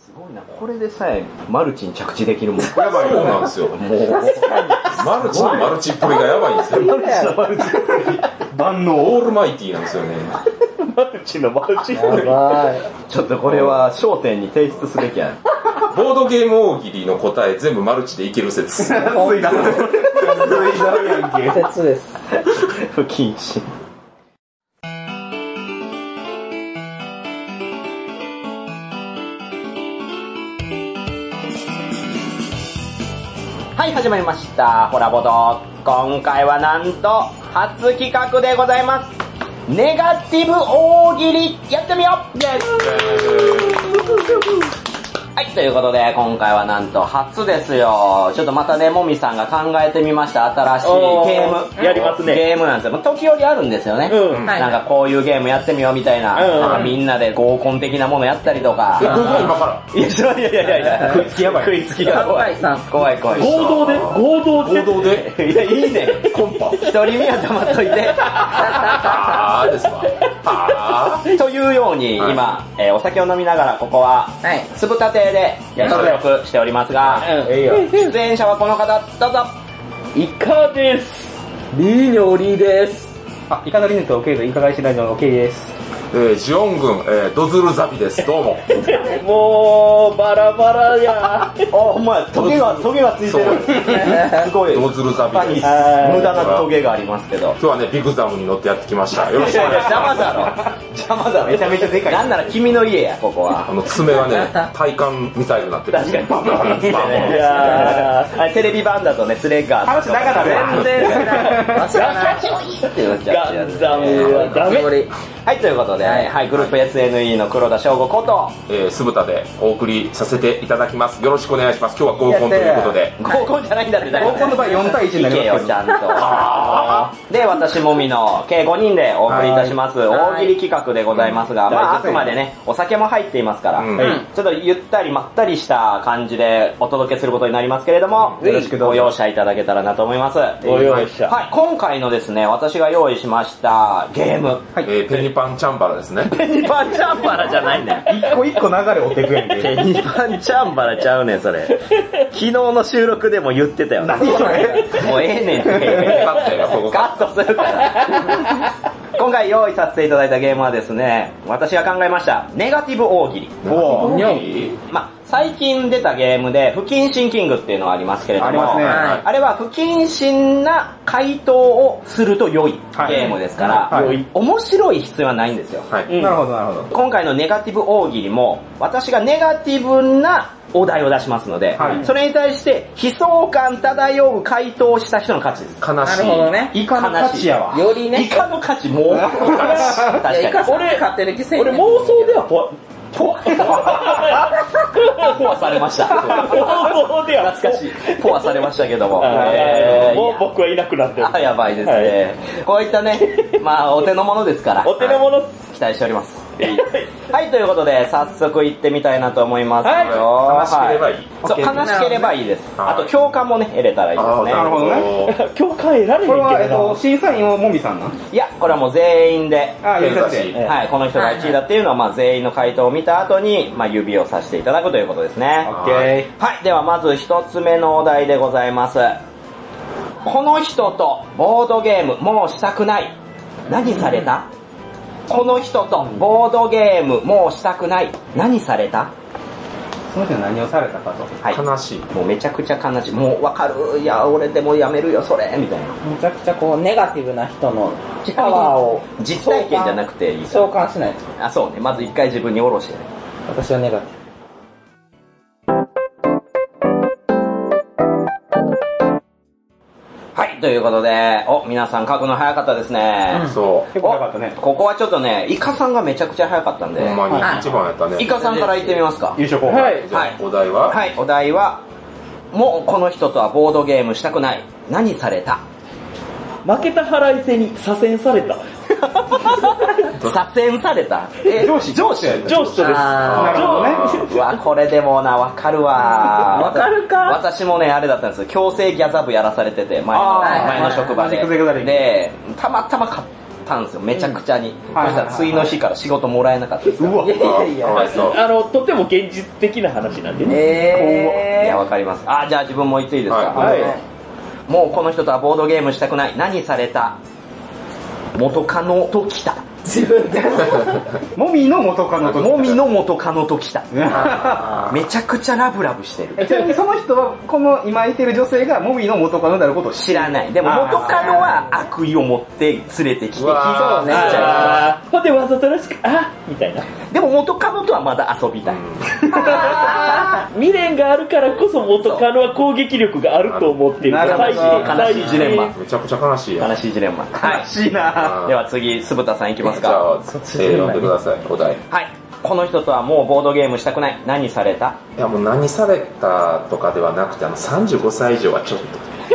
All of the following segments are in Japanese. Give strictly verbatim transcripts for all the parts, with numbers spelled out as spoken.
すごいな、これでさえマルチに着地できるもん。 やばい。そうなんですよ。もうマルチのマルチっぷりがやばいんですよ。 マルチのマルチっぷり。 万能オールマイティーなんですよね。 マルチのマルチっぷり。ちょっとこれは焦点に提出すべきや。 ボードゲーム大喜利の答え全部マルチでいける説。 水道水道やんけ。 説です。 不謹慎。はい、始まりました。ホラボド。今回はなんと初企画でございます。ネガティブ大喜利やってみよう。イエーイ。はい、ということで今回はなんと初ですよ。ちょっとまたね、もみさんが考えてみました。新しいゲーム。 やりますね。 ゲームなんですよ。時折あるんですよね。うん、なんかこういうゲームやってみようみたいな。うん、なんかみんなで合コン的なものやったりとか。 え、合コン今から？ いや、いやいやいや、食いつきやばい。食いつきが怖い。怖い怖い。 合同で合同で合同でいや、いいね。 コンパ。 一人目は黙っといて。 はぁーですわ。はぁー。というように、今、はい、えー、お酒を飲みながらここは、はい、酢豚亭で収録しておりますが、うん、出演者はこの方、どうぞ。 イカです。 リーニョリーです。 あ、イカのリネとオケイとイカ返しラジオのオケイです。 えー、ジオン軍、えー、ドズルザビです。どうも。 もう、バラバラや。 あ、ほんまや、トゲが、トゲがついてる。すごい。 ドズルザビです。 無駄なトゲがありますけど。 今日はね、ビグザムに乗ってやってきました。よろしくお願いします。 邪魔だろ。邪魔だろ。めちゃめちゃでかい。なんなら君の家や、ここは。 あの、爪がね、体感ミサイルになってる。 確かに。バンバンバンバン。いやー、テレビ版だとね、スレッガー。 話なかったね。 全然知らない。ガンダムはダメ。はい、ということで、はい、グループ エスエヌイー の黒田翔吾こと、 えー、酢豚でお送りさせていただきます。よろしくお願いします。今日は合コンということで。 合コンじゃないんだって、 合コンの場合よん対いちになりますけど。 いけよ、ちゃんと。で、私もみの計ごにんでお送りいたします。大喜利企画でございますが、まあ、あくまでね、お酒も入っていますから、うん、ちょっとゆったりまったりした感じでお届けすることになりますけれども、よろしくご容赦いただけたらなと思います。 ご容赦。 はい、今回のですね、私が用意しましたゲーム。 はい、えー、ペニパンチャンバラですね。 ペニパンチャンバラじゃないねん。 一個一個流れ追っていくやんけ。 ペニパンチャンバラちゃうねん、それ。昨日の収録でも言ってたよ。 何それ。 もうええねんって。カットするから。今回用意させていただいたゲームはですね、私が考えました、ネガティブ大喜利。 おー。まあ、最近出たゲームで、不謹慎キングっていうのがありますけれども、ありますね。あれは不謹慎な回答をすると良いゲームですから、はいはい、面白い必要はないんですよ。 はい、なるほどなるほど。 今回のネガティブ大喜利も、私がネガティブなお題を出しますので、はい、それに対して悲壮感漂う回答をした人の勝ちです。 悲しい。なるほどね。 イカの勝ちやわ。 よりね。 イカの勝ち、もう。確かに。 俺、勝手に犠牲俺妄想ではポワ、 ポワ、ポワされました。 妄想では懐かしい。ポワされましたけども。 えー、もう僕はいなくなってる。 あ、やばいですね。はい、こういったね、まあ、お手の物ですから。 お手の物、はい、 期待しております。はい、ということで、早速行ってみたいなと思いますよ。 はい、悲しければいい。 そう、悲しければいいです。あと、共感もね、得れたらいいですね。 なるほどね。共感得られへんけど。これは、えっと、審査員はもみさんなん？ いや、これはもう全員で。 あ、優しい。 はい、この人がいちいだっていうのは、まあ、全員の回答を見た後に、まあ、指をさしていただくということですね。 オッケー。 はい、ではまず一つ目のお題でございます。この人とボードゲームもうしたくない。何された？この人とボードゲームもうしたくない。何された？ その人は何をされたかと。 はい。 悲しい。 もうめちゃくちゃ悲しい。もうわかる。いや、俺でもやめるよ、それ。みたいな。 めちゃくちゃこう、ネガティブな人のパワーを。 実体験じゃなくていい。 召喚しないと。 あ、そうね。まず一回自分に下ろしてね。 私はネガティブ。 はい、ということで、お、皆さん書くの早かったですね。 うん、そう。 結構早かったね。 ここはちょっとね、イカさんがめちゃくちゃ早かったんで。 ほんまに一番やったね。 イカさんから言ってみますか。 優勝候補。 はい。じゃあ、お題は？ はい、お題は、もうこの人とはボードゲームしたくない。何された？ 負けた腹いせに左遷された。 左遷された？ え、上司上司上司とです。なるほどね。 うわ、これでもな、わかるわ。 わかるか？ 私もね、あれだったんですよ。強制ギャザ部やらされてて、前の、前の職場で。で、たまたま勝たんですよ、めちゃくちゃに。そしたら次の日から仕事もらえなかったです。 うわ、いやいや、 かわいそう。 あの、とても現実的な話なんでね。 えー、 いや、わかります。あ、じゃあ自分も言っていいですか。 はいはい。 もうこの人とはボードゲームしたくない。何された？元カノと来た。 自分で。 もみの元カノと。 もみの元カノと来た。めちゃくちゃラブラブしてる。 ちなみにその人は、この今いてる女性がもみの元カノであることを知らない。でも元カノは悪意を持って連れてきて、 うわーそうね。 あー、ほんでわざとらしく、あみたいな。 でも元カノとはまだ遊びたい。 未練があるからこそ元カノは攻撃力があると思ってる。 なるほど最初悲しいジレンマ。 めちゃくちゃ悲しいやん。 悲しいジレンマ。はい。 悲しいな。 では次、酢豚さんいきますじゃか。 あ、えー、読んでください、お題。 はい。この人とはもうボードゲームしたくない。何された？ いや、もう何されたとかではなくて、あの、さんじゅうごさい以上はちょっと。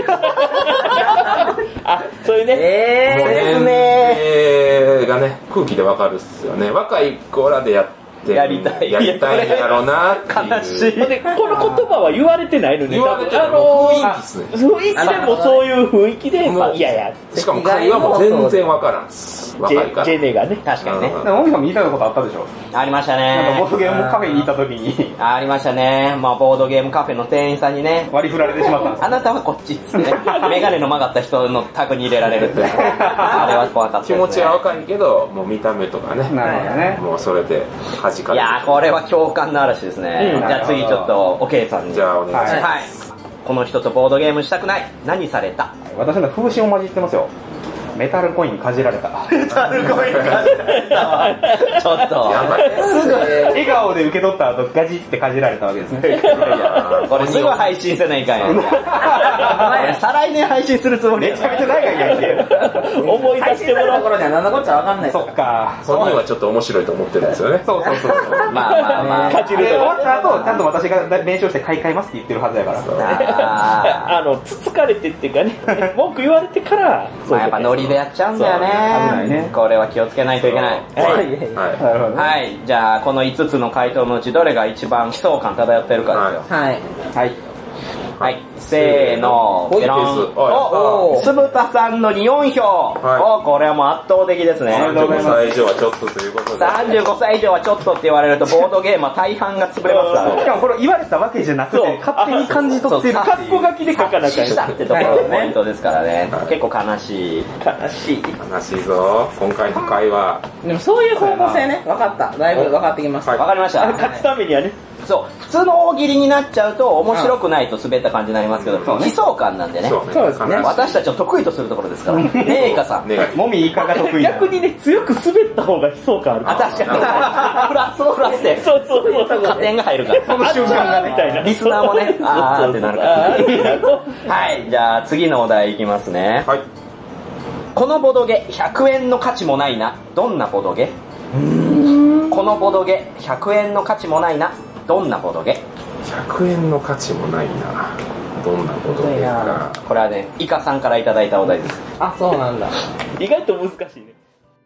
あ、そういうね。 えー、 もうですね。 年齢がね、空気でわかるっすよね。若い子らでやってやりたいやりたいんやろうなっていう。 悲しい。 ほんで、この言葉は言われてないのね。 言われてないあの雰囲気っすね。 雰囲気でもそういう雰囲気で、まあ、いやいや、 しかも会話も全然わからんっす。若いから。 ジェネがね。 確かにね。 うんでももみさんも言いたいことあったでしょ。 ありましたなんかボードね。 ゲームカフェに行った時にありましたね。まあボードゲームカフェの店員さんにね、 割り振られてしまったんです。 あなたはこっちっつってね、メガネの曲がった人のタグに入れられるっていう。あれは怖かったですね。 気持ちはわかるけど、もう見た目とかね。 なるほどね。 もうそれで弾かれる。 いやー、これは共感の嵐ですね。 うんじゃあ次ちょっと、おけいさんに。 じゃあお願いします。 はい。この人とボードゲームしたくない。何された？ 私の風疹を混じってますよ。メタルコインかじられた。 メタルコインかじられたわ。ちょっと。 やばい。 すぐ笑顔で受け取った後ガジってかじられたわけですね。 これすぐ配信せないかんやん。再来年配信するつもりやめちゃめちゃ長いやんけ。 思い出してもらう。 ところには何のこっちゃわかんない。 そっか。 本人はちょっと面白いと思ってるんですよね。 そうそうそうそう。 まあまあまあ。 かじる終わった後、ちゃんと私が弁償して買い替えますって言ってるはずやから。 ああの、つつかれてっていうかね、文句言われてから、 ーまあやっぱノリでやっちゃうんだよね。 そう危ないねこれは気をつけないといけない。 はい。 はいはい。 なるほどね。 はい。じゃあ、このいつつの回答のうちどれが一番悲壮感漂ってるかですよ。 はい。 はい。 はい。せーの。 はいベロン。 はいお、酢豚さんのによん票。 はいお、これはもう圧倒的ですね。 さんじゅうごさい以上はちょっとということで。 さんじゅうごさい以上はちょっとって言われると、ボードゲームは大半が潰れますからね。 しかもこれ言われたわけじゃなくて、勝手に感じ取ってるそうカッコ書きで書かなきゃいけしたない。 ってところがポイントですからねはい。 結構悲しい。 悲しい。 悲しいぞ。今回の会話。 でもそういう方向性ね、分かった。だいぶ分かってきました。 はいわかりました。 勝つためにはね。 そう、普通の大喜利になっちゃうと面白くないと滑った感じになりますけど、 そうね悲壮感なんでね。 そうね。 そうですね悲しい私たちの得意とするところですから。ねえ、いかさん。 ネガティブ。 もみイカが得意な。逆にね、強く滑った方が悲壮感ある。 あ、確かに。プラス、そのプラスで。 そうそうそう。 加点が入るから。 その瞬間がね、 みたいな。 リスナーもね、あーってなるから。 あーはい、じゃあ次のお題いきますね。 はい。 このボドゲひゃくえんの価値もないな。どんなボドゲ？このボドゲひゃくえんの価値もないな。どんなボドゲ？ ひゃくえんの価値もないな。どんなことでか。 これはね、イカさんからいただいたお題です。 あ、そうなんだ。 意外と難しいね。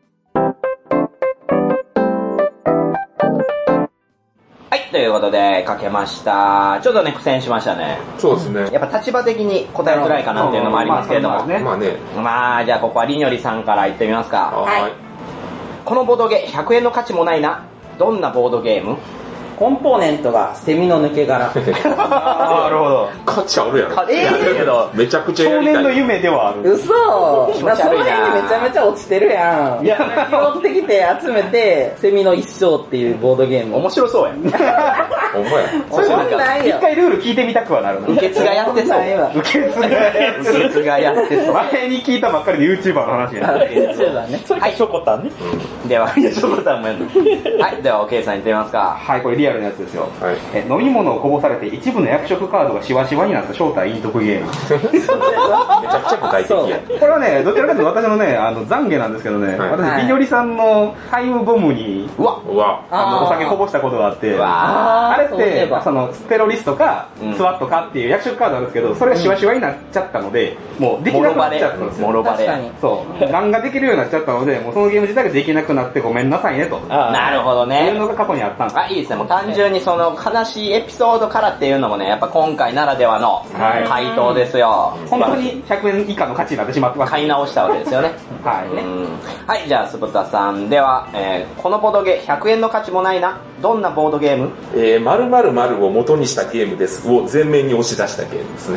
はい、ということで、かけました。ちょっとね、苦戦しましたね。 そうですね。 やっぱ立場的に答えづらいかなっていうのもありますけれども。 まあまあねまあね。 まあ、じゃあここはりにょりさんから言ってみますか。 はい。 このボードゲひゃくえんの価値もないな。どんなボードゲーム？ コンポーネントがセミの抜け殻。 あーなるほど。 価値あるやろ。 価値あるけど、 めちゃくちゃや少りたい。 年の夢ではある。 嘘気持まあそのち悪いな辺にめちゃめちゃ落ちてるやん。 いや拾ってきて集めて、セミの一生っていうボードゲーム。 面白そうやん。 ほんまや。 そんなんよ。 一回ルール聞いてみたくはなるな。 受け継がやってそう。 ないわ受け継がやつ。 受け継がやってそう。 前に聞いたばっかりの YouTuber の話やね。 YouTuber ね。 それかショコタンね。 では、いや、ちょっともやんの。はい、では、おけいさん言ってみますか。 はい、これリアルなやつですよ。 はい。 え飲み物をこぼされて一部の役職カードがシワシワになった正体陰徳ゲーム。 めちゃくちゃ具体的や。 これはね、どちらかというと私のね、あの、懺悔なんですけどね、 はい私、ビニョリさんのタイムボムに、 うわ、 うわ。 あの、お酒こぼしたことがあって、 うわあーあれってそういえば、 その、テロリストかうん、 スワットかっていう役職カードなんですけど、それがシワシワになっちゃったので、もうできなくなっちゃったんですよ。 もろバレ。 確かに。 そう。ランができるようになっちゃったので、もうそのゲーム自体ができなくなってごめんなさいねと。 あなるほどいうね。 のが過去にあったんです。 あ、いいですね。もう単純にその悲しいエピソードからっていうのもね、やっぱ今回ならではのはい回答ですよ。 本当にひゃくえん以下の価値になってしまってます。 買い直したわけですよね。 はいね。はい、じゃあ、酢豚さん。では、えー、このボードゲー、ひゃくえんの価値もないな。どんなボードゲーム？ えー、〇〇〇を元にしたゲームですを前面に押し出したゲームですね。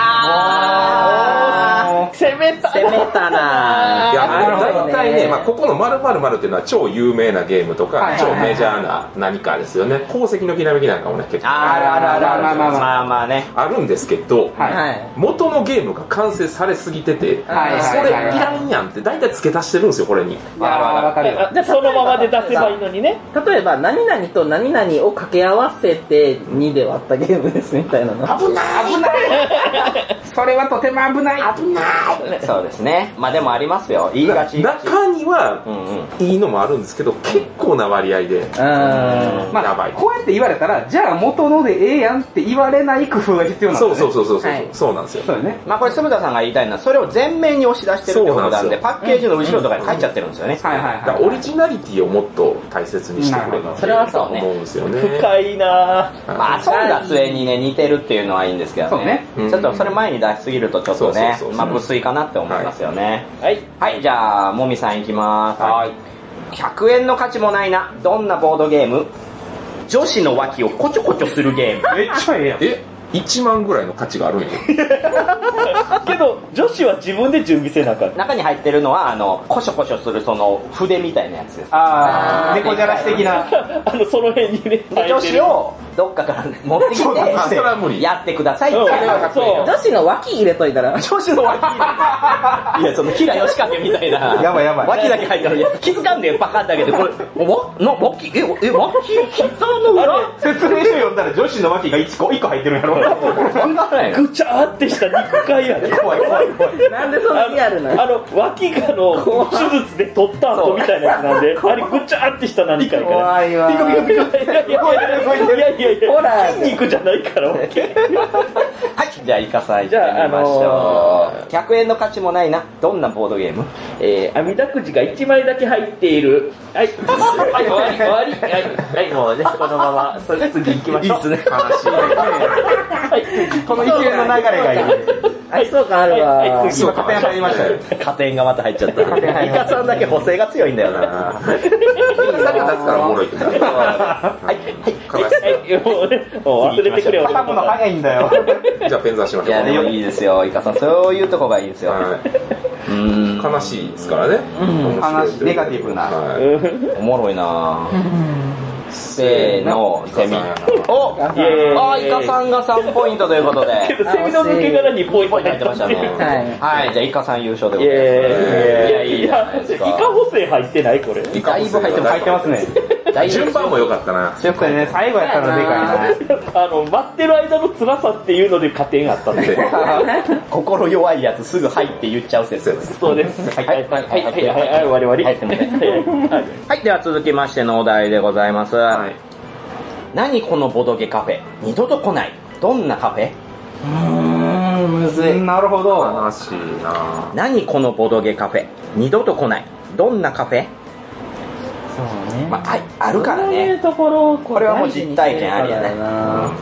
あー、 攻めた攻めたな。 いや、 なるほどね大体ね、まあ、ここの〇〇〇っていうのは超有名なゲームとか、超メジャーな何かですよね。宝石のきらめきなんかもね、結構あるあるあるある。 まあまあまあまあまあね。 あるんですけど、 はい。 元のゲームが完成されすぎてて、 はいそれいらんやんって大体付け足してるんですよ、これに。 いやーわかるよ。 じゃあそのままで出せばいいのにね。 例えば、何々と何々を掛け合わせてにで割ったゲームですみたいなの。 危ない危ないそれはとても危ない危ないそうですね。まあでもありますよ。言いがち言いがち。 中にはうんうん。 いいのもあるんですけど、結構な割合でうん。 まあやばい。 こうやって言われたらじゃあ元のでええやんって言われない工夫が必要なんだそうよねそうそうそうそう、 はいそうなんですよ。 そうよねまあこれ、酢豚さんが言いたいのは、それを前面に押し出してるってことなんで、 そうなんですよパッケージの後ろとかに書いちゃってるんですよね。 はいはいだからはいオリジナリティをもっと大切にしてくれるそれはそうね思うんですよね。 深いなぁ。 まあ、遊んだ末にね、似てるっていうのはいいんですけどそうねね。 うんちょっとそれ前に出しすぎるとちょっとねそうそうそう、そうまあ無粋かなって思いますよね。 はい。 はい、じゃあ、もみさんいきまーす。 はいひゃくえんの価値もないな。どんなボードゲーム？女子の脇をコチョコチョするゲーム。 めっちゃええやんえいちまんぐらいの価値があるんや。 けど、女子は自分で準備せなあかん。 中に入ってるのは、あの、コショコショするその筆みたいなやつです。 あー猫じゃらし的なあの、その辺にね、 で女子をどっかから持ってきあそれは無て、 理やってくださいってうんいうのがそう女子の脇入れといたら。 女子の脇いや、その、平吉掛みたいな。 やばいやばい脇だけ入ってるやつ気づかんでよ、バカだけど、これ、わ、な、脇、え、え、脇、膝の裏説明書読んだら女子の脇がいっこいっこ入ってるんやろわかんないのぐちゃーってした肉塊やで。 怖い怖い怖いなんでそんなリアルなあの、脇がの手術で取った後みたいなやつなんで、あれぐちゃーってした何かやから。 怖いわ。 ピカピカピカ。いやいやいやいやいや、 ほら筋肉じゃないから、 はい、じゃあ、イカさん行ってみましじゃああのょう。ひゃくえんの価値もないな。どんなボードゲーム？ えー、網だくじがいちまいだけ入っている。はい。はい、終わり、終わり。はい、はい、もうね、このまま、それ次行きましょう。 いいっすね。 悲しい。 はい、次。 この一連の流れがいいあ、そうか、あるわ。 はいはい次今加点入りましたよ加点がまた入っちゃった。イカさんだけ補正が強いんだよな。 さっき立つからおもろいけど。 はい、はい。 悲しはい、もうね、もう忘れてくれよ。 畳むの早いんだよい。じゃあペンザーしましょう。 いや、でもいいですよ。イカさん、そういうとこがいいですよ。 はうーん。 い、悲しいですからね。面白い悲しいネガティブなはいおもろいなせーの、セミ。おイエーイあ、イカさんがさんポイントということで。 けど、セミの抜け殻にポイントポイント入ってましたね。 はいはい、じゃあイカさん優勝でごイざいます。 エーイ。 いや、いいじゃないですイカか。 補正入ってないこれ。 だいぶ入ってます。 入ってますねだいぶ順番も良かったな。 強くてね最後やったらでかいなあの、待ってる間の辛さっていうので加点あったんで。 心弱いやつすぐ入って言っちゃう説です。 そうです。はい、はい、はい、はい、はい、はい、はい、終わり終わり。 はいすいませんはいはい、では続きましてのお題でございます。 はい。 何このボドゲカフェ二度と来ない。どんなカフェ？ うーん、むずい。 なるほど悲しいな。 何このボドゲカフェ二度と来ない。どんなカフェ？ そうね。 まあ、はい、あるからそういうね。 ところをこれはもう実体験ありやね大事にしてるからな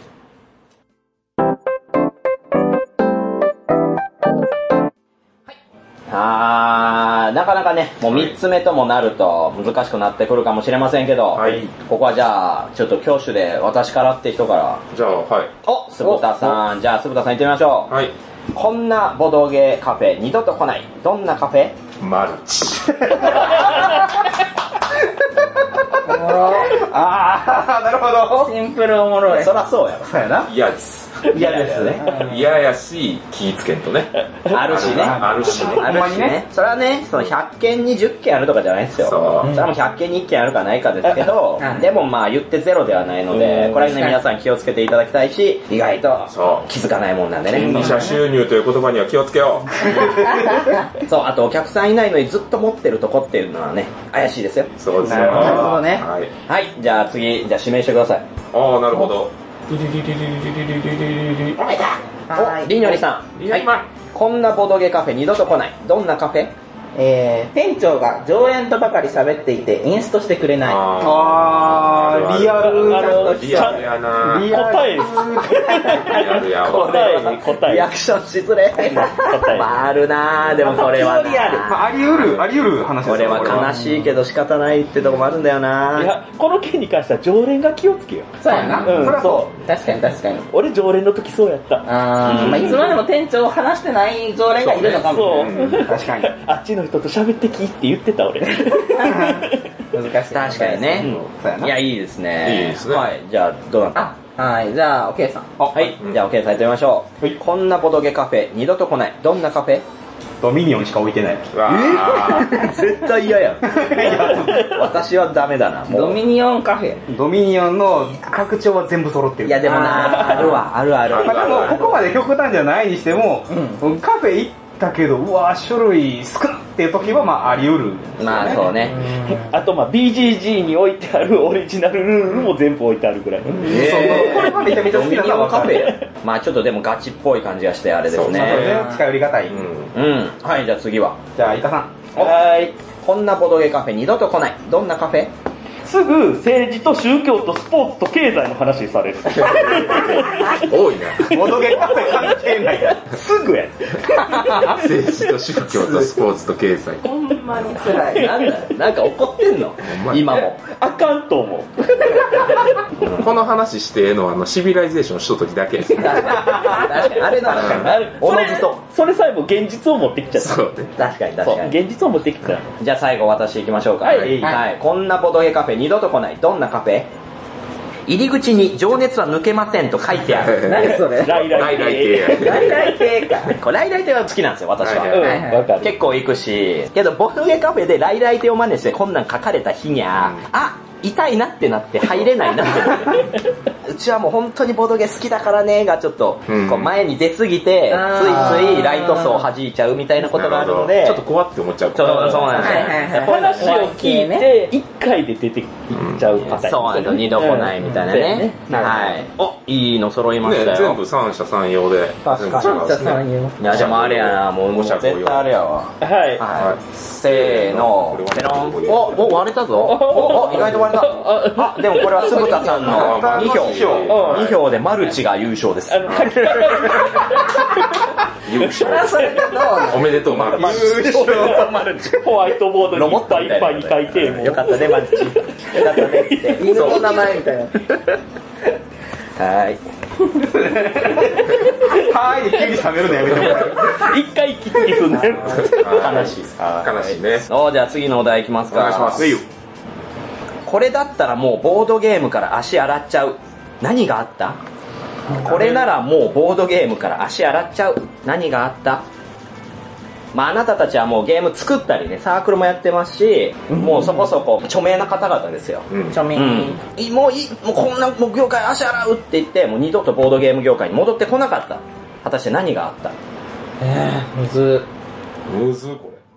あー、なかなかね、もうみっつめともなると難しくなってくるかもしれませんけど、 はいここはじゃあ、ちょっと挙手で私からって人から、 じゃあ、はい。 お、酢豚さん、じゃあ酢豚さん行ってみましょう。 はい。 こんなボドゲカフェ二度と来ない。どんなカフェ？ マルチ。 ああなるほどシンプルおもろい。 そらそうやろ。 そうやな嫌です。 嫌ですね嫌やし、気ぃつけんとね。 あるしね。 あるしね。 あるしね。それはね、そのひゃっけんにじゅっけんあるとかじゃないですよ。 そうそれはもうひゃっけんにいっけんあるかないかですけどう、んでもまあ言ってゼロではないので、これはね皆さん気をつけていただきたいし、意外とそう。 気づかないもんなんでね。 二者収入という言葉には気をつけよそう、あとお客さんいないのにずっと持ってるとこっていうのはね、怪しいですよ。 う。そうですよ。 なるほどなるほどねはい。 はい、じゃあ次、じゃあ指名してください。 ああ、なるほど。 はいお、りんよりさん。はい。こんなボドゲカフェ二度と来ない。どんなカフェ？ えー、店長が常連とばかり喋っていてインストしてくれない。 あー、リアルあのリアルやなリアル答えです。 リアルやわ答えに答え。 リアクションしづれ。 答え。 まあ、あるなぁ、でもこれはな。 まあ、あり得る、あり得る話ですこれは悲しいけど仕方ないってとこもあるんだよないや、この件に関しては常連が気をつけよ。 そうやな。 うん、 それはそ確かに確かに。 う。俺常連の時そうやった。 あー、まあいつまでも店長を話してない常連がいるのかもしれない。 そう。 確かに。 あっちの人と喋ってきって言ってた俺。 難しい。 確かにね。 そうやな。 いや、いいですね。 いいですねはい、じゃあ、どうなったあ、はい、じゃあ、OK さん。 はい、じゃあ、OK さんやってみましょう。こんなボドゲカフェ、二度と来ない。どんなカフェ？ ドミニオンしか置いてない。 うわー絶対嫌やん。私はダメだな、もう。 ドミニオンカフェ。 ドミニオンの拡張は全部揃ってる。 いや、でもな、あるわ、あるある。 まあでも、ここまで極端じゃないにしても、カフェ行ったけど、うわ種類少なっていう時は、まあ、あり得る。 まあ、そうね。 あとまあ ビージージー に置いてあるオリジナルルールも全部置いてあるぐらい。 そうこれはめちゃめちゃ好きなのはカフェ。まあちょっとでもガチっぽい感じがしてあれですね。 近寄りがたい。 うん。はい、じゃあ次は。 じゃあ、イカさん。 はーい。 こんなボドゲカフェ二度と来ない。どんなカフェ？ すぐ政治と宗教とスポーツと経済の話される。 多いなボドゲカフェ関係ないや。 すぐや。 政治と宗教とスポーツと経済ほんまに辛い。 なんだなんか怒ってんのまに今も。 あかんと思う。 この話してええのはあのシビライゼーションしとった時だけですね確かに。あれなのかなおのずと。 それさえも現実を持ってきちゃった。 そうね確かに確そうかに。 現実を持ってきた。 じゃあ最後私行きましょうか。 はいはい。こんなボドゲカフェ二度と来ない。どんなカフェ？入り口に情熱は抜けませんと書いてある。 何それ？ ライライ来来系や来来系か。 これ来来亭は好きなんですよ、私は。 はいうん、わかる。 結構行くし、けどボドゲカフェで来来亭を真似してこんなん書かれた日にゃ、あ、痛いなってなって入れないなって思ってうちはもう本当にボドゲ好きだからねがちょっとうんこう前に出すぎて、 あつーいついライト層を弾いちゃうみたいなことがあるので、 ちょっと怖って思っちゃうそうそうなんですよ、 はいはいはい話を聞いて、一回で出ていっちゃうパターン。 そうなんですよ、二度来ないみたいなね。 うんはい。お、いいの揃いましたよ。 ね全部三者三様で確かに全部違うしねじゃあさん言う。 いやでもあれやな、もうもう絶対あれやわ。 はい。 はい。 はいせーの、ペロン。お、お、割れたぞ。お、お、意外と割れた。あ、でもこれはつぶたさんのに票。に票でマルチが優勝です。 あの、書き方優勝それがどうなの？ おめでとうマルチホワイトボードにいっぱいいっぱいに書いて、もうよかったね、マルチ。よかったねって。 犬の名前みたいな。 はい。 はーいで急に冷めるのやめてもらえる。 一回キツキツになる。 悲しい。 悲しいねお、じゃあ次のお題いきますか。 お願いしますこれだったらもうボードゲームから足洗っちゃう。何があった？これならもうボードゲームから足洗っちゃう。何があった？まああなたたちはもうゲーム作ったりね、サークルもやってますし、もうそこそこ著名な方々ですよ。 うん庶民。 うん、いもういい、もうこんなもう業界足洗うって言って、もう二度とボードゲーム業界に戻ってこなかった。果たして何があった？ えー、むず。 むずこれ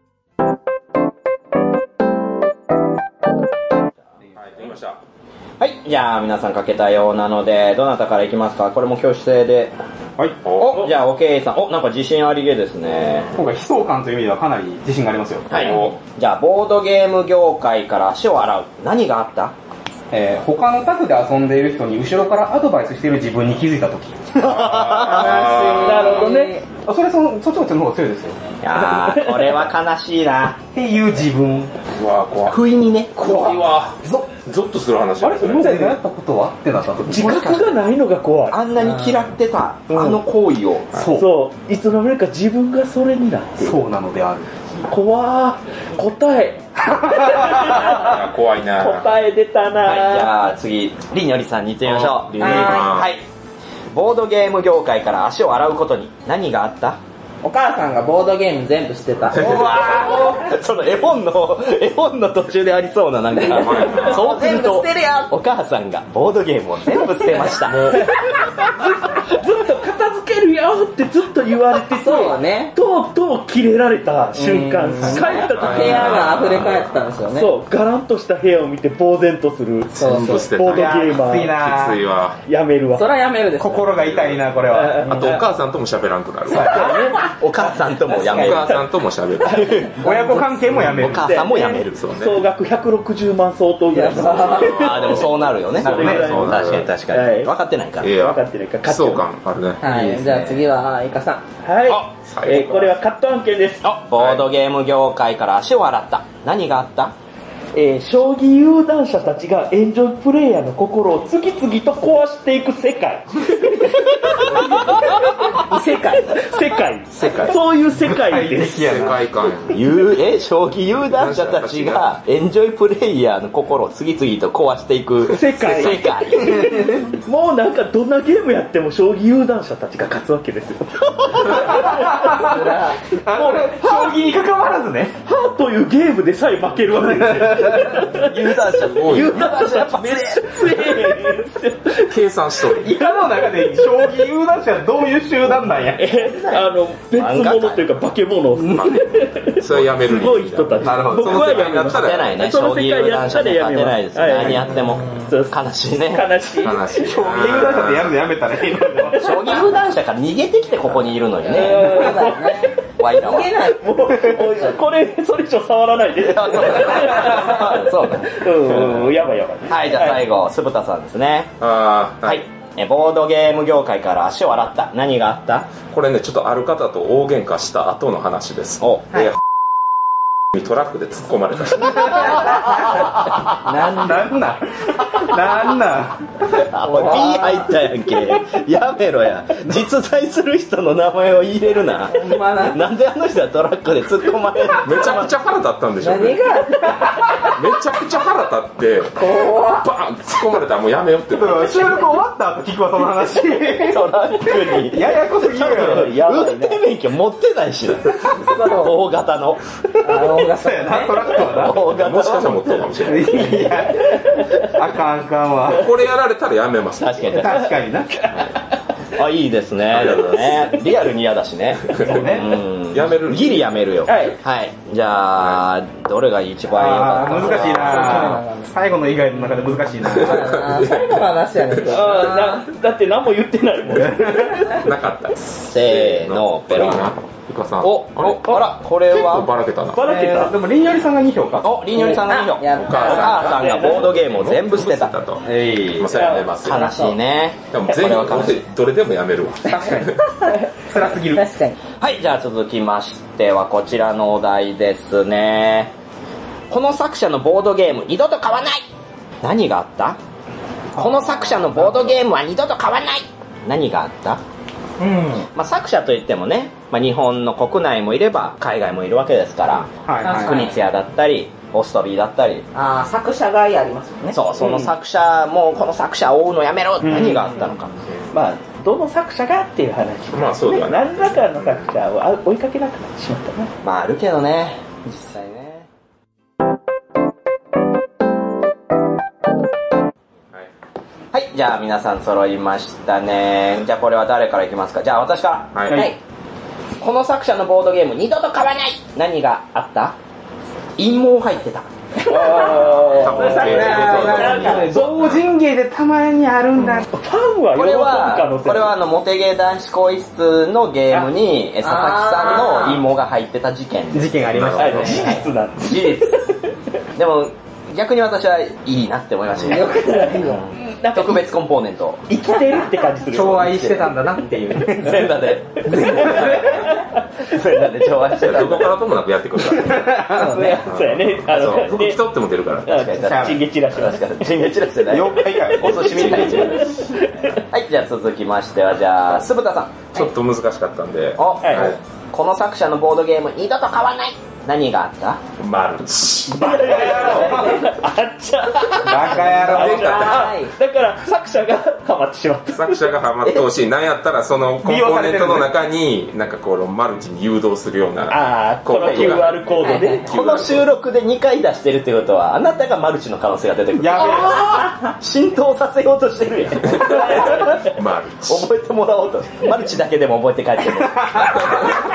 はいできましたはい、じゃあ皆さん書けたようなので、どなたからいきますか？これも挙手制で。 はい。 お、じゃあ OK さん。お、なんか自信ありげですね。 今回悲壮感という意味ではかなり自信がありますよ。 はい。じゃあボードゲーム業界から足を洗う。何があった？ えー、他のタフで遊んでいる人に後ろからアドバイスしている自分に気づいたとき。 なるほどね。 あ、それその、そっちの方が強いですよ。 いやー、これは悲しいな。 っていう自分。 うわ怖い不意にね。 怖いわゾゾッとする話あれですね今までやったことはってなった時自覚がないのが怖い。 あんなに嫌ってた、あの行為を。 そう。 そう。いつの間にか自分がそれになってる。 そうなのである。 怖ー。答え。 いや怖いな答え出たなはい、じゃあ次、りにょりさんに行ってみましょう。 りにょりさんはい。ボードゲーム業界から足を洗うことに何があった？ お母さんがボードゲーム全部してた。 うわーその絵本の、絵本の途中でありそうななんか、そうすると、お母さんがボードゲームを全部捨てました。 ずっと片付けるよってずっと言われてて、 そうね。 当最もキレられた瞬間、帰った時部屋が溢れ返ってたんですよね。 そう、ガランとした部屋を見て呆然とする。 全部捨てた。 ボードゲーマー。 きついなきついわ。 やめるわ。 それはやめるです。 心が痛いな、これは。 あとお母さんとも喋らんくなる。 お母さんともやめおる。 母さんとも喋る。 親子関係もやめる。 お母さんもやめる。 そうね。 総額ひゃくろくじゅうまん相当ぐらい。 ああ、でもそうなるよね。 それぐらいそうなる確かに確かに。 はい分かってないから。 ええや分かってないから。 悲壮感あるね。 はい、じゃあ次は、イカさん。 はい。 最後えーこれはカット案件です。 あ、ボードゲーム業界から足を洗った。何があった？ えー将棋有段者たちがエンジョイプレイヤーの心を次々と壊していく世界。 異世界。 世界。 世界そういう世界です。 世界観。 ゆえ、将棋有段者たちがエンジョイプレイヤーの心を次々と壊していく世界世界。 もうなんかどんなゲームやっても将棋有段者たちが勝つわけですよ。 あの、将棋に関わらずね。 ハーというゲームでさえ負けるわけですよ。 有段者多い有段者たちめっちゃ強いんですよ。 計算しとる。 イカの中で将棋有段者はどういう集団なんや。 えあの別物というか化け物。 まあそれはやめる。 すごい人たち。 なるほど僕はやめます。 勝てないね。 そ将棋の世界や有段者ったらやめに勝てないです。 ます。 何やっても。 そうです悲しいね。 悲しい。 悲しい。 将棋有段者ってやるのやめたらいいのでは。 将棋有段者から逃げてきてここにいるのよね。 そうだよね。 ワイらは。 逃げない。 もう、もうこれ、それ以上触らないで。 あそうだ。そうだ。 うん、やばいやばい。 はい、じゃあ最後、酢豚さんですね。 ああ、 はい。えボードゲーム業界から足を洗った。何があった？ これね、ちょっとある方と大喧嘩した後の話です。 おえーにトラックで突っ込まれた。 なんなんなんなんなんあ、これ P 入ったやんけ。やめろや。実在する人の名前を入れるな。 まななんであの人はトラックで突っ込まれるめちゃくちゃ腹立ったんでしょうね。 何がめちゃくちゃ腹立って、バーン突っ込まれたらもうやめようって。 収録終わった後聞くわ、その話。 トラックに。 ややこすぎるやろ。 運転免許持ってないしな。大型の。 あ、大型そうやな、トラックは大型もしかしたら持ってるかもしれない。 な。いや、あかんあかんわ。 これやられたらやめます。 確かに。 確かにな。 あ、いいですね。でもね。リアルに嫌だしね。 そうね。 うん。 やめるギリやめるよ。 はいはい。じゃあ、どれが一番良かあったー難しいな。最後の以外の中で難しいな。 最後の話やねんけどあーなだって何も言ってないもん。 なかったです。 せーの、ペロン。 イカさん。 お、 あれお、あら、これ結構は、 ばらけたな。 ばらけた。 えーでも、りんよりさんがに票か。 お、りんよりさんがに票。おやった母さんがボードゲームを全部捨てた。 と。 えいまあ、それはやめますよ。 悲しいね。 でも全部これは悲しい。 どれでもやめるわ。 確かに。辛すぎる。 確かに。 はい、じゃあ続きましてはこちらのお題ですね。この作者のボードゲーム二度と買わない。何があった？この作者のボードゲームは二度と買わない。何があった？ うん。 まあ、作者といってもね、まあ、日本の国内もいれば海外もいるわけですから、 はいはいクニツヤだったり、オーストリーだったり、 ああ、作者がいありますよね。 そう、その作者、もうこの作者を追うのやめろ、何があったのか。 まあ、どの作者がっていう話。 まあそうだね何らかの作者をあ追いかけなくなってしまったな。 まああるけどね、実際ね。はい、じゃあ皆さん揃いましたね。じゃあこれは誰からいきますか？じゃあ私から。 はい。 はい。 この作者のボードゲーム二度と買わない。何があった？陰謀入ってた。 多分さえー同人芸でたまにあるんだ。 ファンは喜これぶ可能は、 性これはあの、モテゲー男子更衣室のゲームに、え佐々木さんの陰謀が入ってた事件です。 事件ありましたね。 はい事実なんです。 事実。でも、逆に私はいいなって思いましたね。 よくないよ。 なんか特別コンポーネント。 生きてるって感じする。 寵愛してたんだなっていう。 全裸で。全裸で調和してたどこからともなくやってくるから。 そうね。そうやね。あそう、 の、で服着とっても出るから。 確かに確かに。 チンゲチラシ確かに。チンゲチラシじゃない。 妖怪かよ。 お寿司みたいに。はい、じゃあ続きましては、じゃあ、酢豚さん。 ちょっと難しかったんで。 お、 はいはいこの作者のボードゲーム二度と買わない。何があった？ マルチ。 あっちゃバカ野郎。 はい。 だから作者がハマってしまった。 作者がハマってほしい。なんやったらそのコンポーネントの中に、なんかこのマルチに誘導するような。 ああ、この キューアール コードで。 この収録でにかい出してるってことは、あなたがマルチの可能性が出てくる。 や浸透させようとしてるやん。 マルチ。 覚えてもらおうと。マルチだけでも覚えて帰ってる。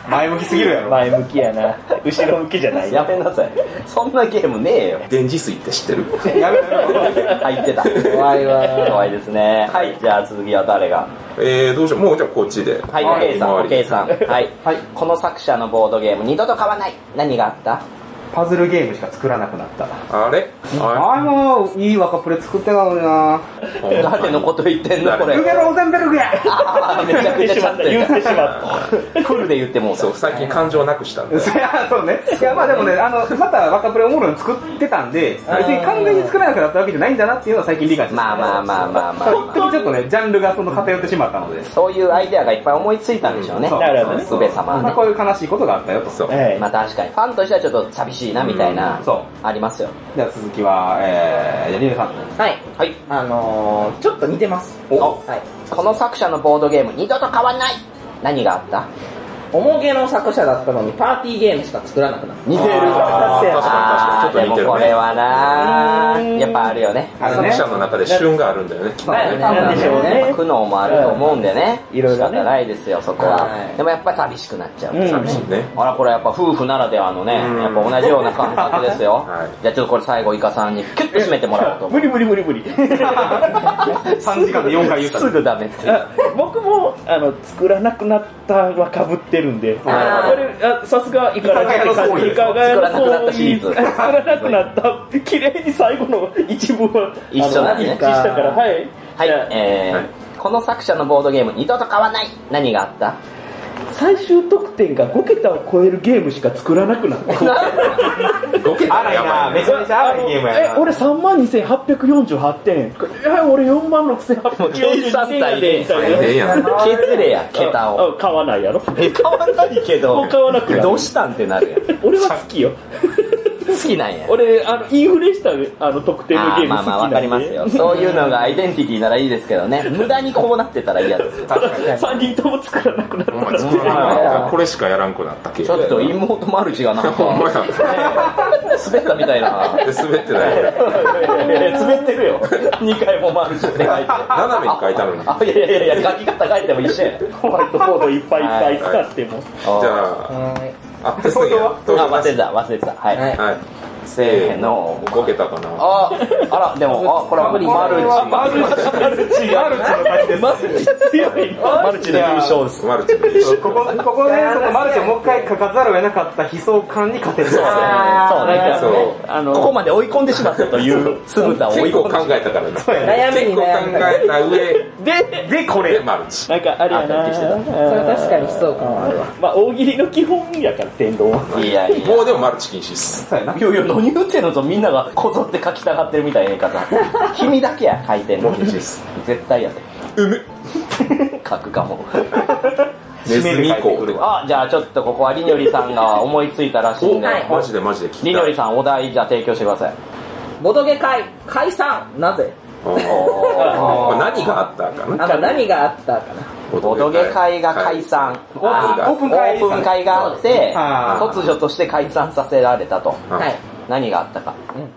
前向きすぎるやろ。 前向きやな。後ろ向きじゃない。 やめなさい。そんなゲームねえよ。 電磁水って知ってる？ やめろ。 入ってた。 怖いわ。 怖いですね。はい、じゃあ続きは誰が？ えー、どうしよう。もうじゃあこっちで。 はい、おけいさん、おけいさん。はい。 はい。 この作者のボードゲーム、二度と買わない。何があった？ パズルゲームしか作らなくなった。 あれあれもいい若プレ作ってたのにな。 誰のこと言ってんのこれ。 ルゲローゼンベルグや。 あーめちゃくちゃちゃんと言言っ。 っててしまったフルで言ってもうた。 そう、最近感情なくしたんで。 いや、そうね。いや、まあでもね、あの、また若プレおもろいの作ってたんで、別に完全に作らなくなったわけじゃないんだなっていうのは最近理解してまあまあまあまあまあ、 一時ちょっとね、ジャンルがその偏ってしまったので。 そういうアイデアがいっぱい思いついたんでしょうね。 そうなるほどね。 すべさまはね。 まあこういう悲しいことがあったよと。 そう。 はい。 まあ確かに。ファンとしてはちょっと寂しいなみたいな、 そう。 ありますよ。 じゃあ続きは、えー、じゃあリネさん。 はい。 はい。 あのー、ちょっと似てます。 おはい。 この作者のボードゲーム、二度と買わない。何があった？ おもげの作者だったのにパーティーゲームしか作らなくなった。 似てる。 あー確かに確かに。ちょっと似てるね。 でもこれはなやっぱあるよね。 あるね作者の中で旬があるんだよね。きっとだよね。 ね。 なんでしょうね。 苦悩もあると思うんでね。 いろいろね仕方ないですよ、そこは。 はいでもやっぱり寂しくなっちゃう。 うん寂しいね。 あら、これやっぱ夫婦ならではのね、 うんやっぱ同じような感覚ですよ。 はいじゃあちょっとこれ最後、イカさんにキュッと締めてもらおうと思う。 無理無理無理無理。 さんじかんでよんかい言ったすぐダメって。 あ僕もあの作らなくなったはかぶってるんで、これあーあさすがイカラジって感じ。イカガヤの作らなくなったシリーズ作らなくなった綺麗に最後の一部は一緒なんでね一致したから、はい。 はいじゃあ、 えーはいこの作者のボードゲーム、二度と買わない。何があった？ 最終得点がごけたを超えるゲームしか作らなくなった。 ごけた荒いならやばいね。 めちゃめちゃ荒いゲームやな。 え、俺さんまんにせんはっぴゃくよんじゅうはちてん。え、俺よんまんろくせんはっぴゃくよんじゅうにてんやで、みたいな。 ええやん。 削れや、桁を。 あ買わないやろ。 え、買わないけど。 もう買わなくなるどうしたんってなるやん。 俺は好きよ。 好きなんや。 俺、あの、インフレしたあの特定のゲーム好きなんで。 あーまあまあわかりますよ。そういうのがアイデンティティならいいですけどね。無駄にこうなってたら嫌ですよ。 さんにんとも作らなくなるお前作らないこれしかやらんくなったけちょっと妹マルチがなんお前か、滑ったみたいな。 滑ってないよ。 滑ってるよ。にかいもマルチって書いて。 斜めに書いたのに。 あ、いやいやいや、書き方書いても一緒や。 ホワイトボードいっぱいいっぱい使っても。 じゃあ、 はい。 あ、テストや。 あ、忘れてた、忘れてた。はい。 はいはい。 せーの。 ごけたかな。 あ、あら、でも、あ、これはマルチ。マルチ。マルチが。マルチ強い。マルチで優勝です。 マルチの優勝ここ、ここで、そのマルチをもう一回書かざるを得なかった悲壮感に勝てる。そうそう、なんか、 そう。 あの、 ここまで追い込んでしまったという酢豚を追い結構考込んでえたからね。 悩みに結構考悩んだ。 えた上で、 で、こでれ。 マルチ。 なんかあれやな。 あ帰ってきてたそれは確かに悲壮感はあるわ。 まあ、大喜利の基本やから、天丼は。 いやいや。 もうでもマルチ禁止っす。 そうやな。 いやいや、何言ってんのとみんながこぞって書きたがってるみたいな言い方。君だけや、書いてんの。 もう禁止っす。 絶対やで。 うめ。 書くかも。 ネズミ講で。 あ、じゃあちょっとここはりにょりさんが思いついたらしいんで。 はいマジでマジで聞きたい。 りにょりさんお題じゃあ提供してください。 ボドゲ会解散なぜ？ あー何があったかな。 あの、何があったかな。 ボドゲ会が解散。 オープン会オープン会があって、 あー突如として解散させられたと。 はいはい。 何があったか。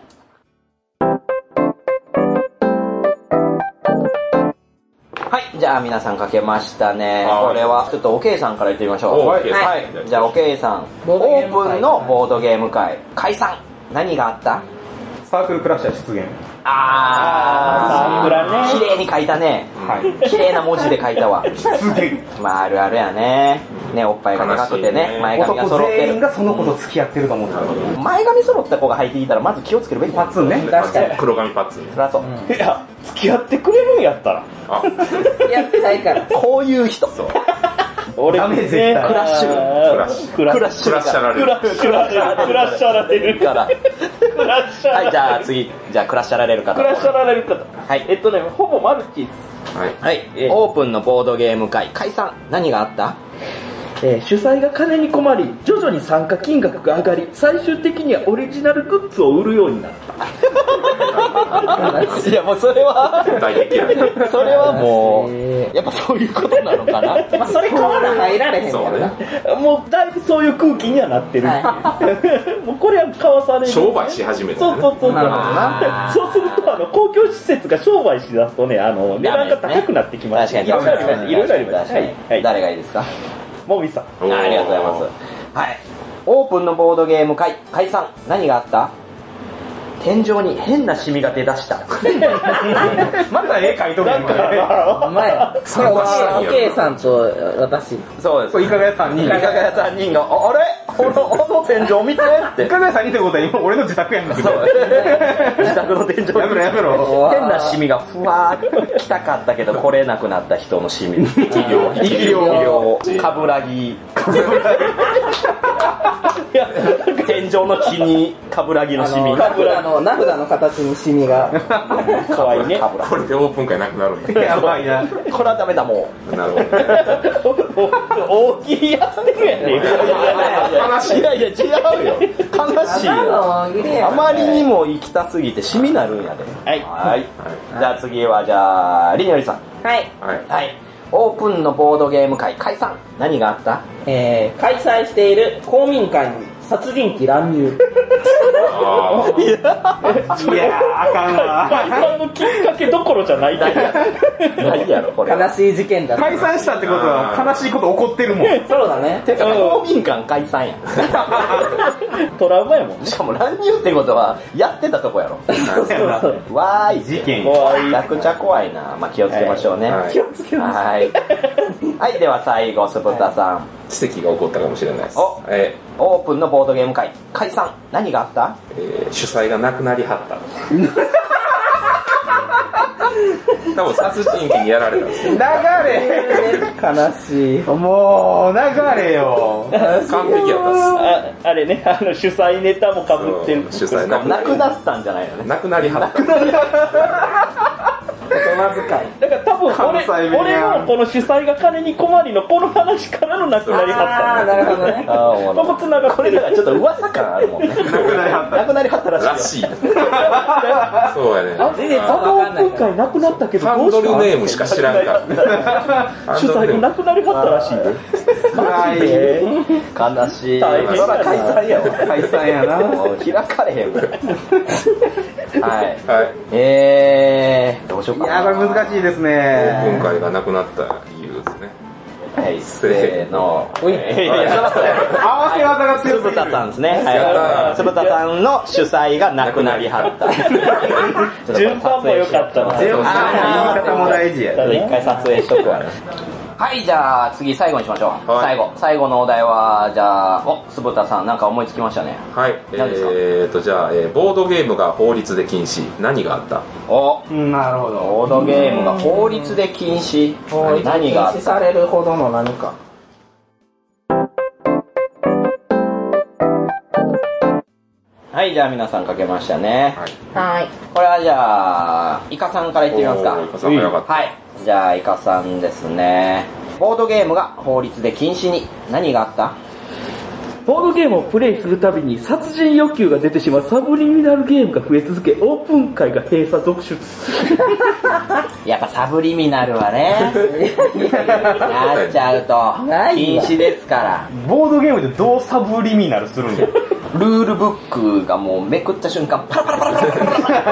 はい、じゃあ皆さん書けましたね。 はいこれはちょっとおけいさんから言ってみましょう。 おはい OK ですはい。じゃあおけいさん、 ボードゲーム会オープンのボードゲーム会解散。何があった？ サークルクラッシャー出現。 あー、 サークラね綺麗に書いたね。 はい。 綺麗な文字で書いたわ。 出現。 まああるあるやね。ね、おっぱいが高くてね、 悲しいね前髪が揃ってる。 男全員がその子と付き合ってると思ってた。 前髪揃った子が入ってきたらまず気をつけるべき。 パッツンね。 確かに。 黒髪パッツン。 そりゃそう。 いや、付き合ってくれるんやったら。 あ、 やってないから。 こういう人。 俺ダメ絶対クラッシュ。 クラッシュクラックラッシュクラッシャられる。 クラッシュられる。クラッシュられる。 から。 クラッシュられる。 はい、じゃあ次、じゃあクラッシャーられる方。 クラッシュられる方。 はいえっとね、ほぼマルチです。 はい。 はい、 えオープンのボードゲーム会解散。何があった？ えー主催が金に困り、徐々に参加金額が上がり、最終的にはオリジナルグッズを売るようになった。 いやもうそれは、 大激やね。 それはもへう、やっぱそういうことなのかな。 まあ、それ買わな入られへんからな。 もうだいぶそういう空気にはなってる。もうこれは買わされる。 商売し始めたね。 そうそうそう。 なるほどなそうすると、あの、公共施設が商売しだすとね、あの、値段が高くなってきます。 確かに。 いろいろあります。いろいろあります。はい。はい。 誰がいいですか？ もみさん。 あありがとうございます。はい。オープンのボードゲーム会、解散。何があった？天井に変なシミが出だした。 また絵描いとくんか。 お前、これおけいさんと私。 そうです。 イカガヤさんにん。 イカガヤさんにんが、あれこの、この天井見てって。 イカガヤさんにんってことは今俺の自宅やんだけど。 そう。自宅の天井。 やめろやめろ。 変なシミがふわーっと来たかったけど来れなくなった人のシミ。生き量。生き量。カブラギ。カブラギ。天井の木にカブラギのシミ。 名札の、名札の形にシミが。 かわいいね。 これでオープン会なくなるんだ。 やばいな。 これはダメだもん。なるほど。 大喜利やってるやんね。 悲しい。いやいや違うよ。悲しいよ。あまりにも行きたすぎてシミなるんやで。 はい。 はい。じゃあ次はじゃあ、りにょりさん。 はい。 はい。オープンのボードゲーム会解散。何があった？ えー、開催している公民館に殺人鬼乱入。 いやー、あかんわ。 解散のきっかけどころじゃないけど。 ないやろ、これ。 悲しい事件だ。 解散したってことは悲しいこと起こってるもん。 そうだね。 てか、公民館解散やん。 トラウマやもんね。 しかも乱入ってことは、やってたとこやろ。 そうそうそう。 わーい、 事件。 めちゃくちゃ怖いな。まあ気をつけましょうね。 気をつけましょう。 はい。はい、では最後、スブタさん。 奇跡が起こったかもしれないです。 お、えー、オープンのボードゲーム会解散。何があった？ えー、主催がなくなりはった。多分殺人鬼にやられたんですよ。 流れ悲しい。 もう、流れよ。 完璧やったっああれね、あの主催ネタもかぶってる。 主催なくなくなったんじゃないのね。 なくなりはった。 言葉遣い。 だから多分俺、俺もこの主催が金に困りのこの話からのなくなりはった。 あー、なるほどね。 あー、 ここ繋がこれだからちょっと噂感あるもんね。なくなりはった。なくなりはったらしい。 らしい。そうやね。 全然あのオープン会なくなったけどハンドルネームしか知らんから。 主催がなくなりはったらしいよ。 辛い。 悲しい。 大変そら解散やわ。 解散やな。 もう開かれへんわ。はい。 はい。 えー、どうしようかな。 いや、これ難しいですね。 今回がなくなった理由ですね。 はい、せーの。 合わせ技が強すぎる。 つぶたさんですね。はい。つぶたさんの主催がなくなりはった。 順番も良かったな。 言い方も大事や。 ちょっと一回撮影しとくわね。はい、じゃあ次最後にしましょう。最後。最後のお題は、じゃあ、お、つぶたさんなんか思いつきましたね。 はい。えーと、じゃあ、えー、ボードゲームが法律で禁止。何があった？ お、 なるほど。 ボードゲームが法律で禁止。何があった？ 禁止されるほどの何か。 はい、じゃあ皆さん書けましたね。 はい。 これはじゃあ、イカさんから言ってみますか。 イカさん早かった。 はい。じゃあ、イカさんですね。ボードゲームが法律で禁止に。何があった？ ボードゲームをプレイするたびに殺人欲求が出てしまうサブリミナルゲームが増え続け、オープン会が閉鎖続出。 やっぱサブリミナルはね、なっちゃうと禁止ですから。 ボードゲームでどうサブリミナルするんや。 ルールブックがもうめくった瞬間、パラパラパラパラパ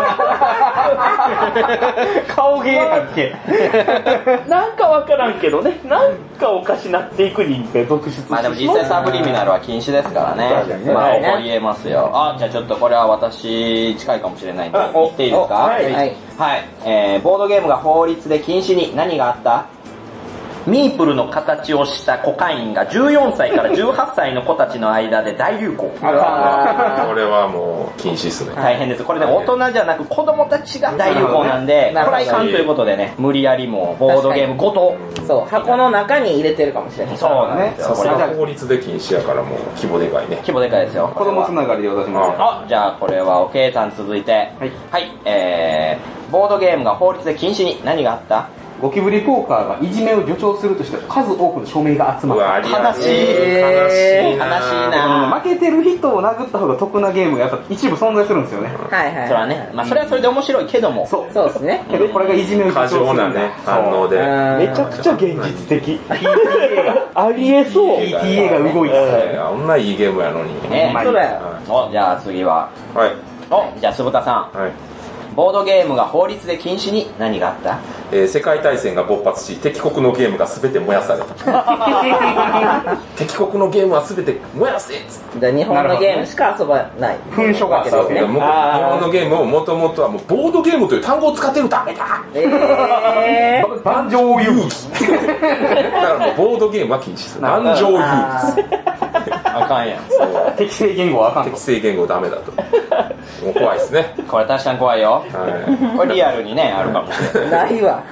ラ顔芸だっけ。 なんかわからんけどね、なんかおかしなっていく人が続出して。 まあでも実際サブリミナルは禁止ですからね。まあ起こり得ますよ。あ、じゃあちょっとこれは私近いかもしれないんで言っていいですか？ はい。 はい。えー、ボードゲームが法律で禁止に。何があった？ミープルの形をしたコカインがじゅうよんさいからじゅうはっさいの子たちの間で大流行。 あら、これはもう禁止っすね。 大変です。これね、大人じゃなく子供たちが大流行なんで、これはいかんということでね、無理やりもボードゲームごと。 そう、箱の中に入れてるかもしれない。 そうなんですよ。 さすが法律で禁止やからもう規模でかいね。 規模でかいですよ。 子供つながりで私も。 あ、じゃあこれはおけいさん続いて。はい。はい、えー、ボードゲームが法律で禁止に。何があった？ ゴキブリポーカーがいじめを助長するとして数多くの署名が集まった。 悲しい。悲しいな。 負けてる人を殴った方が得なゲームがやっぱ一部存在するんですよね。 はいはい。 それはね、まあそれはそれで面白いけども。 そう。 そうですね。 けどこれがいじめを助長するんだ。 過剰なね、反応で。 めちゃくちゃ現実的。ピーティーエー がありえそう。 ピーティーエー が動いてあんないいゲームやのに。 ね、 そうだよ。 お、じゃあ次は。 はい。 お、じゃあ鈴田さん。 はい。 ボードゲームが法律で禁止に何があった？ えー、世界大戦が勃発し敵国のゲームが全て燃やされた敵国のゲームは全て燃やせっつって、 じゃあ日本のゲームしか遊ばない噴書があったわけね。 日本のゲームをもともとはもうボードゲームという単語を使ってるダメだ、 えー、 盤上遊戯だからもうボードゲームは禁止する。盤上遊戯あかんやん。 適正言語はあかんと。 適正言語ダメだと。もう怖いですね。 これ確かに怖いよ。 はこれリアルにね、あるかもしれない。 ないわ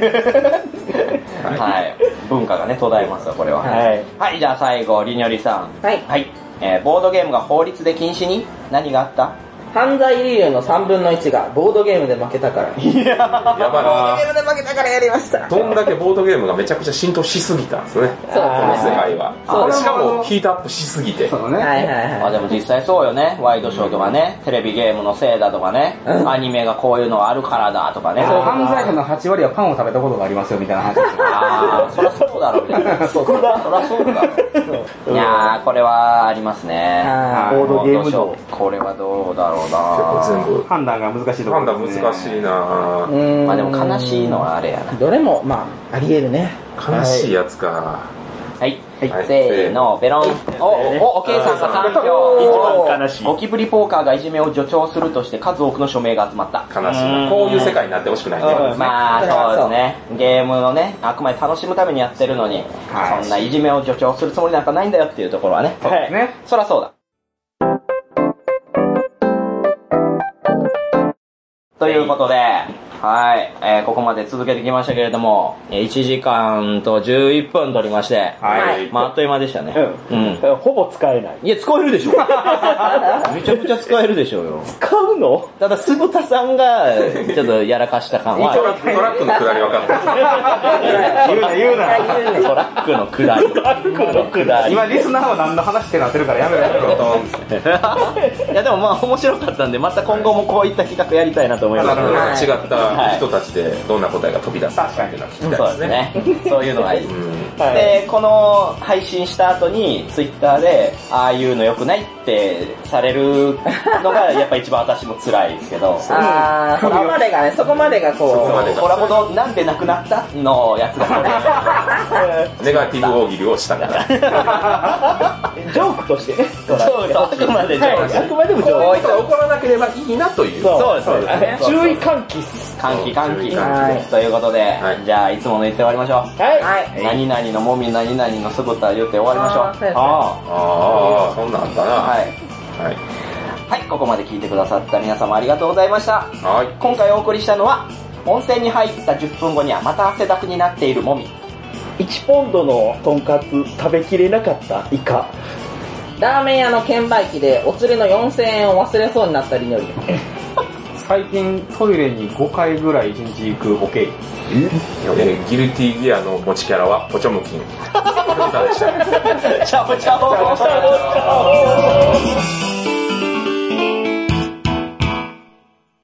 はい。文化がね、途絶えますわ、これは。 はい。 はい、じゃあ最後、りにょりさん。 はいはい。えー、ボードゲームが法律で禁止に何があった？ 犯罪理由のさんぶんのいちがボードゲームで負けたから。 い。やばいな。 ゲームで負けたからやりました。 どんだけボードゲームがめちゃくちゃ浸透しすぎたんですよね。 そうこの世界は。 そうしかもヒートアップしすぎて。 そうね。 はいはいまあはでも実際そうよね。ワイドショーとかね、テレビゲームのせいだとかね、 うんアニメがこういうのがあるからだとかね。 犯罪者のはち割はパンを食べたことがありますよみたいな話ですよ。 ああ、そりゃそうだろうみたいな。そりゃそうだろう。いやー、これはありますね。 あボードゲームどうのしようこれはどうだろう結構全な。 部判断が難しいとこ判断ろですね。 難しいな。 い。うーんまあでも悲しいのはあれやな。 どれもまあありえるね。 悲しいやつか。 はい。 はいせーの、ベロン。お、お、おけいさんがさんひょう。 一番悲しい。 ゴキブリポーカーがいじめを助長するとして数多くの署名が集まった。 悲しいな。こういう世界になってほしくないね。 まあそうですね。ゲームのね、あくまで楽しむためにやってるのに、 はいそんないじめを助長するつもりなんかないんだよっていうところはね。 はい。 ね。 そらそうだ。ということで、はい、えー、ここまで続けてきましたけれども、えーいちじかんとじゅういっぷん取りまして、 はい。 まああっという間でしたね。 うん。 うん。 ほぼ使えない。 いや、使えるでしょ。めちゃくちゃ使えるでしょうよ。 使うの？ ただ、酢豚さんが、ちょっとやらかした感は、 トラックトラックの下り分かった。 言うな言うな。 トラックの下り。トラックの下り。 今リスナーは何の話ってなってるからやめろやめろ。 いやでもまあ面白かったんで、また今後もこういった企画やりたいなと思います。 違った人たちでどんな答えが飛び出すかっていうのは聞きたいそうですね。そういうのがいい。 うんで、この配信した後にツイッターで、ああいうの良くないってされるのがやっぱ一番私も辛いですけど、 ああ、そこまでがね、そこまでがこう。 そこまでがコラボのなんでなくなったのやつがネガティブ大喜利をしたからジョークとしてね。 そうそう、あくまでジョーク。 あくまでもジョーこういったら怒らなければいいなというク。 そうですそうですね注意喚起。 歓喜歓喜。 はいということで、 はいじゃあいつもの言って終わりましょう。 はい。 はい。 何々のもみ何々の酢豚言って終わりましょう。 あーそうですねあああそんなんあったなーはい。 はいはい、ここまで聞いてくださった皆様ありがとうございました。 はい今回お送りしたのは、温泉に入ったじゅっぷんごにはまた汗だくになっているもみ。 いちポンドのとんかつ食べきれなかったイカ。 ラーメン屋の券売機でお釣りのよんせんえんを忘れそうになったりのり。 最近トイレにごかいぐらいいちにち行くオケイ。 えーギルティギアの持ちキャラはポチョムキン藤田でしたチャオチャオ。